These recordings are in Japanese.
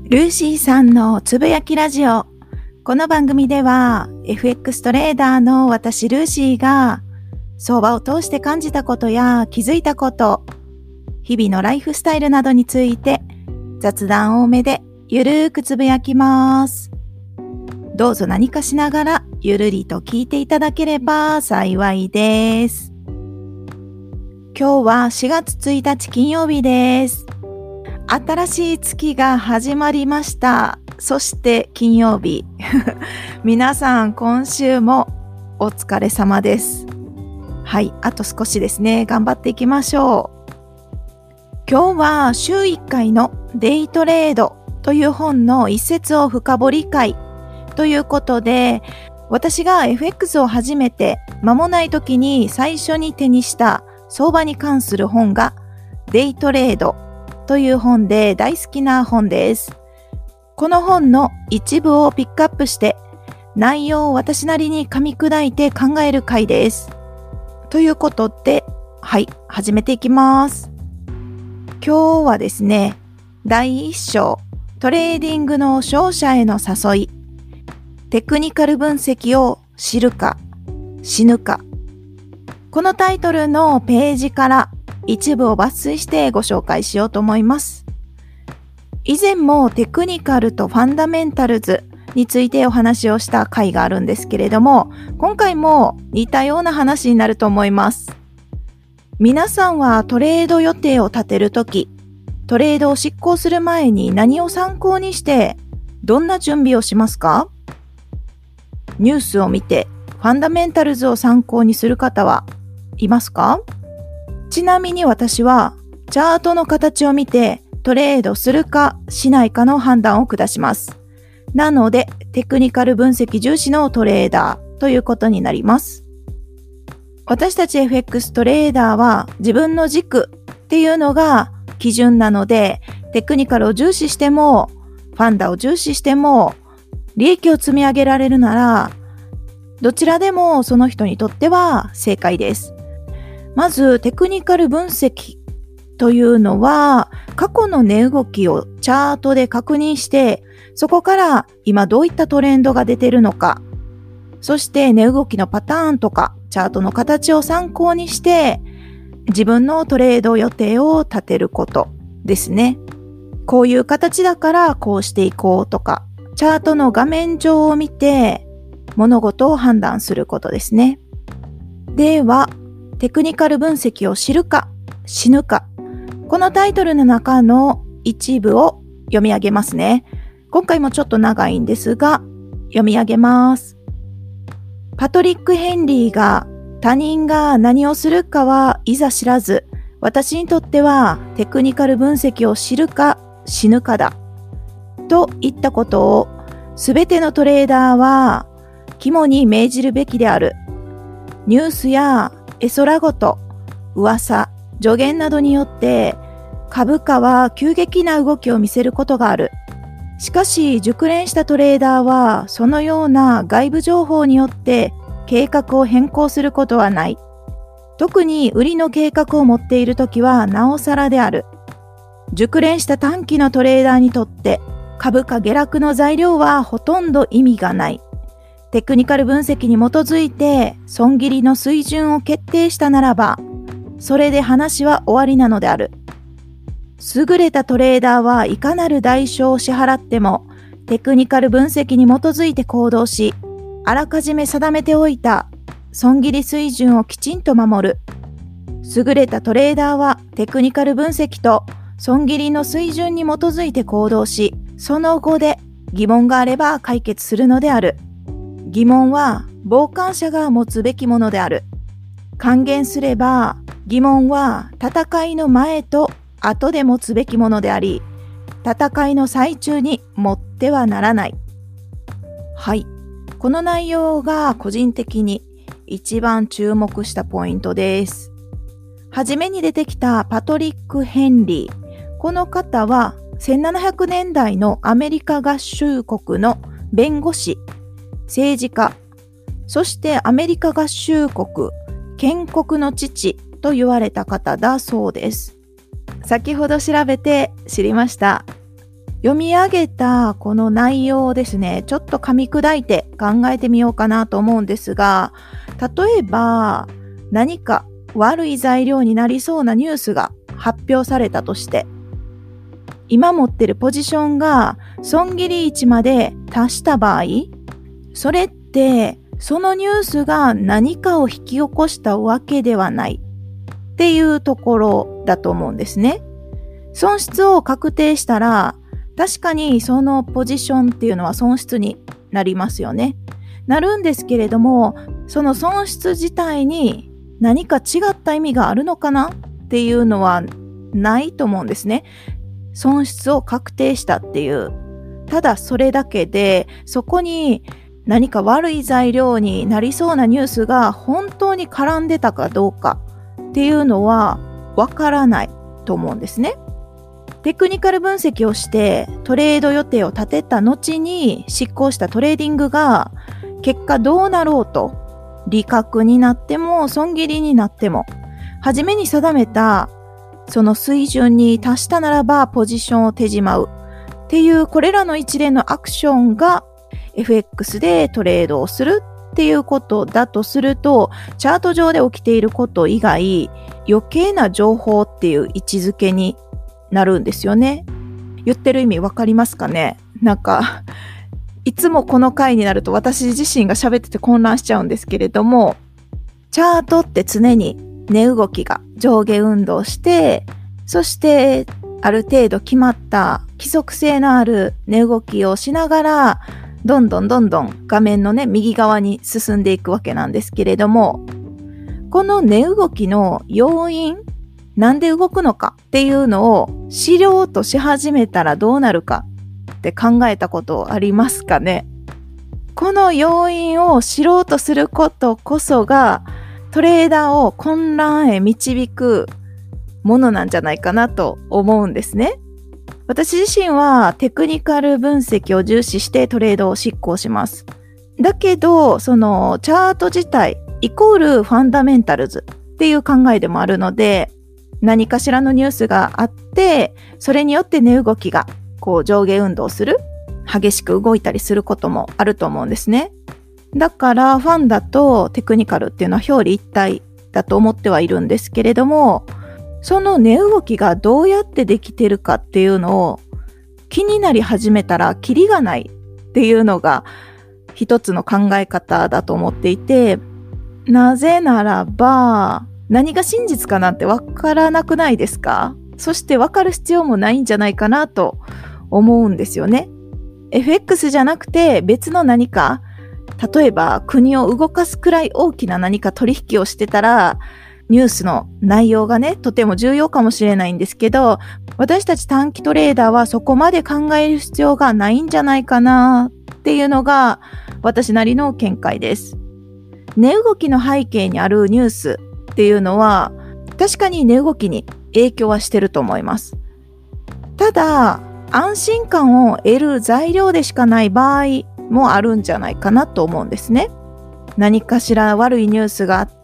ルーシーさんのつぶやきラジオ。この番組では FX トレーダーの私ルーシーが相場を通して感じたことや気づいたこと、日々のライフスタイルなどについて雑談多めでゆるーくつぶやきます。どうぞ何かしながらゆるりと聞いていただければ幸いです。今日は4月1日金曜日です。新しい月が始まりました。そして金曜日。皆さん今週もお疲れ様です。はい、あと少しですね。頑張っていきましょう。今日は週1回のデイトレードという本の一節を深掘り会ということで、私が FX を始めて間もない時に最初に手にした相場に関する本がデイトレードという本で大好きな本です。この本の一部をピックアップして内容を私なりに噛み砕いて考える回です。ということで、はい、始めていきます。今日はですね、第1章、トレーディングの勝者への誘い、テクニカル分析を知るか死ぬか。このタイトルのページから一部を抜粋してご紹介しようと思います。以前もテクニカルとファンダメンタルズについてお話をした回があるんですけれども、今回も似たような話になると思います。皆さんはトレード予定を立てるとき、トレードを執行する前に何を参考にしてどんな準備をしますか？ニュースを見てファンダメンタルズを参考にする方はいますか？ちなみに私はチャートの形を見てトレードするかしないかの判断を下します。なのでテクニカル分析重視のトレーダーということになります。私たち FX トレーダーは自分の軸っていうのが基準なので、テクニカルを重視してもファンダを重視しても利益を積み上げられるならどちらでもその人にとっては正解です。まずテクニカル分析というのは過去の値動きをチャートで確認して、そこから今どういったトレンドが出ているのか、そして値動きのパターンとかチャートの形を参考にして自分のトレード予定を立てることですね。こういう形だからこうしていこうとか、チャートの画面上を見て物事を判断することですね。ではテクニカル分析を知るか死ぬか。このタイトルの中の一部を読み上げますね。今回もちょっと長いんですが、読み上げます。パトリック・ヘンリーが他人が何をするかはいざ知らず、私にとってはテクニカル分析を知るか死ぬかだ。と言ったことをすべてのトレーダーは肝に銘じるべきである。ニュースや絵空事、噂、助言などによって株価は急激な動きを見せることがある。しかし熟練したトレーダーはそのような外部情報によって計画を変更することはない。特に売りの計画を持っているときはなおさらである。熟練した短期のトレーダーにとって株価下落の材料はほとんど意味がない。テクニカル分析に基づいて損切りの水準を決定したならば、それで話は終わりなのである。優れたトレーダーはいかなる代償を支払ってもテクニカル分析に基づいて行動し、あらかじめ定めておいた損切り水準をきちんと守る。優れたトレーダーはテクニカル分析と損切りの水準に基づいて行動し、その後で疑問があれば解決するのである。疑問は傍観者が持つべきものである。還元すれば疑問は戦いの前と後で持つべきものであり、戦いの最中に持ってはならない。はい。この内容が個人的に一番注目したポイントです。はじめに出てきたパトリック・ヘンリー。この方は1700年代のアメリカ合衆国の弁護士、政治家、そしてアメリカ合衆国建国の父と言われた方だそうです。先ほど調べて知りました。 読み上げたこの内容をですね、ちょっと噛み砕いて考えてみようかなと思うんですが、例えば何か悪い材料になりそうなニュースが発表されたとして、今持ってるポジションが損切り位置まで達した場合、それってそのニュースが何かを引き起こしたわけではないっていうところだと思うんですね。損失を確定したら、確かにそのポジションっていうのは損失になりますよね。なるんですけれども、その損失自体に何か違った意味があるのかなっていうのはないと思うんですね。損失を確定したっていう。ただそれだけで、そこに何か悪い材料になりそうなニュースが本当に絡んでたかどうかっていうのはわからないと思うんですね。テクニカル分析をしてトレード予定を立てた後に執行したトレーディングが結果どうなろうと、利確になっても損切りになっても、初めに定めたその水準に達したならばポジションを手じまうっていうこれらの一連のアクションが FX でトレードをするっていうことだとすると、チャート上で起きていること以外余計な情報っていう位置づけになるんですよね。言ってる意味わかりますかね？なんかいつもこの回になると私自身が喋ってて混乱しちゃうんですけれども、チャートって常に値動きが上下運動して、そしてある程度決まった規則性のある値動きをしながらどんどん画面のね右側に進んでいくわけなんですけれども、この値動きの要因、なんで動くのかっていうのを知ろうとし始めたらどうなるかって考えたことありますかね？この要因を知ろうとすることこそがトレーダーを混乱へ導くものなんじゃないかなと思うんですね。私自身はテクニカル分析を重視してトレードを執行します。だけど、そのチャート自体イコールファンダメンタルズっていう考えでもあるので、何かしらのニュースがあって、それによって値動きがこう上下運動する、激しく動いたりすることもあると思うんですね。だからファンだとテクニカルっていうのは表裏一体だと思ってはいるんですけれども、その値動きがどうやってできてるかっていうのを気になり始めたらキリがないっていうのが一つの考え方だと思っていて、なぜならば何が真実かなんてわからなくないですか？そしてわかる必要もないんじゃないかなと思うんですよね。FX じゃなくて別の何か、例えば国を動かすくらい大きな何か取引をしてたら、ニュースの内容がね、とても重要かもしれないんですけど、私たち短期トレーダーはそこまで考える必要がないんじゃないかなっていうのが私なりの見解です。値動きの背景にあるニュースっていうのは確かに値動きに影響はしてると思います。ただ、安心感を得る材料でしかない場合もあるんじゃないかなと思うんですね。何かしら悪いニュースがあって、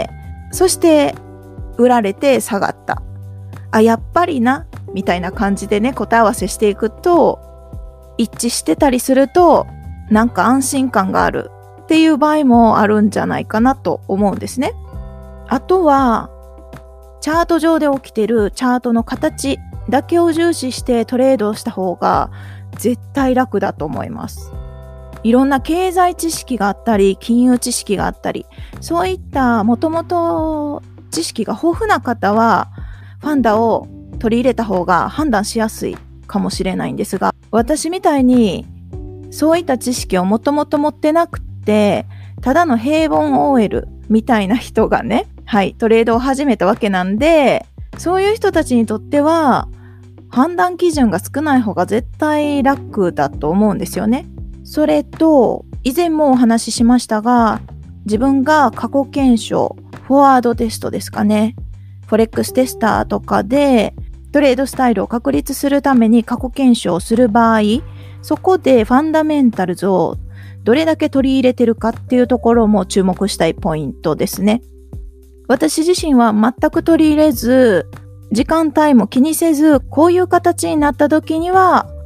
そして売られて下がった。あ、やっぱりな、みたいな感じでね、答え合わせしていくと、一致してたりすると、なんか安心感があるっていう場合もあるんじゃないかなと思うんですね。あとは、チャート上で起きてるチャートの形だけを重視してトレードをした方が絶対楽だと思います。いろんな経済知識があったり、金融知識があったり、そういったもともと知識が豊富な方は、ファンダを取り入れた方が判断しやすいかもしれないんですが、私みたいにそういった知識をもともと持ってなくて、ただの平凡 OL みたいな人がね、トレードを始めたわけなんで、そういう人たちにとっては、判断基準が少ない方が絶対楽だと思うんですよね。それと、以前もお話ししましたが、自分が過去検証、フォワードテストですかね。フォレックステスターとかでトレードスタイルを確立するために過去検証をする場合、そこでファンダメンタルズをどれだけ取り入れてるかっていうところも注目したいポイントですね。私自身は全く取り入れず、時間帯も気にせず、こういう形になった時には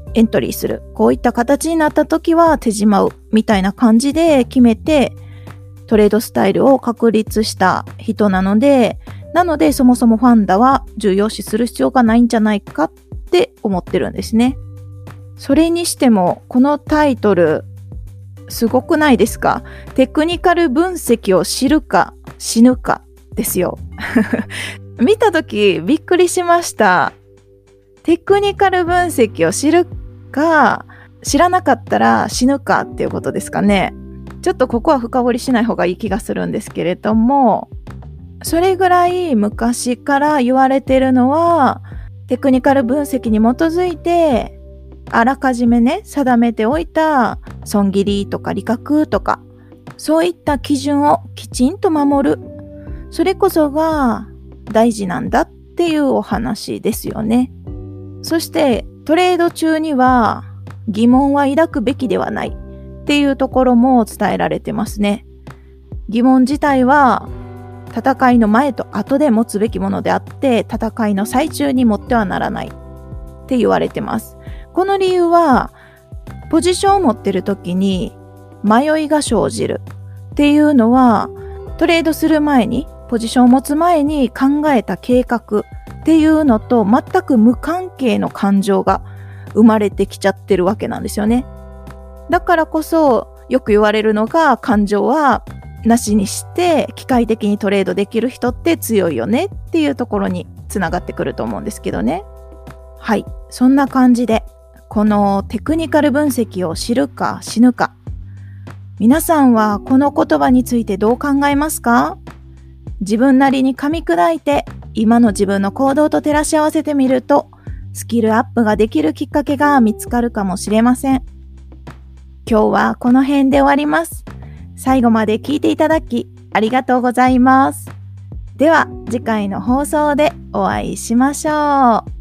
エントリーする。こういった形になった時は手締まうみたいな感じで決めてトレードスタイルを確立した人なので、そもそもファンダは重要視する必要がないんじゃないかって思ってるんですね。それにしてもこのタイトルすごくないですか？テクニカル分析を知るか死ぬかですよ。見たときびっくりしました。テクニカル分析を知るか知らなかったら死ぬかっていうことですかね。ちょっとここは深掘りしない方がいい気がするんですけれども、それぐらい昔から言われているのは、テクニカル分析に基づいてあらかじめね定めておいた損切りとか利確とかそういった基準をきちんと守る、それこそが大事なんだっていうお話ですよね。そしてトレード中には疑問は抱くべきではないっていうところも伝えられてますね。疑問自体は戦いの前と後で持つべきものであって、戦いの最中に持ってはならないって言われてます。この理由はポジションを持ってる時に迷いが生じるっていうのは、トレードする前にポジションを持つ前に考えた計画っていうのと全く無関係の感情が生まれてきちゃってるわけなんですよね。だからこそよく言われるのが、感情はなしにして機械的にトレードできる人って強いよねっていうところにつながってくると思うんですけどね。はい、そんな感じでこのテクニカル分析を知るか死ぬか、皆さんはこの言葉についてどう考えますか？自分なりに噛み砕いて今の自分の行動と照らし合わせてみると、スキルアップができるきっかけが見つかるかもしれません。今日はこの辺で終わります。最後まで聞いていただきありがとうございます。では次回の放送でお会いしましょう。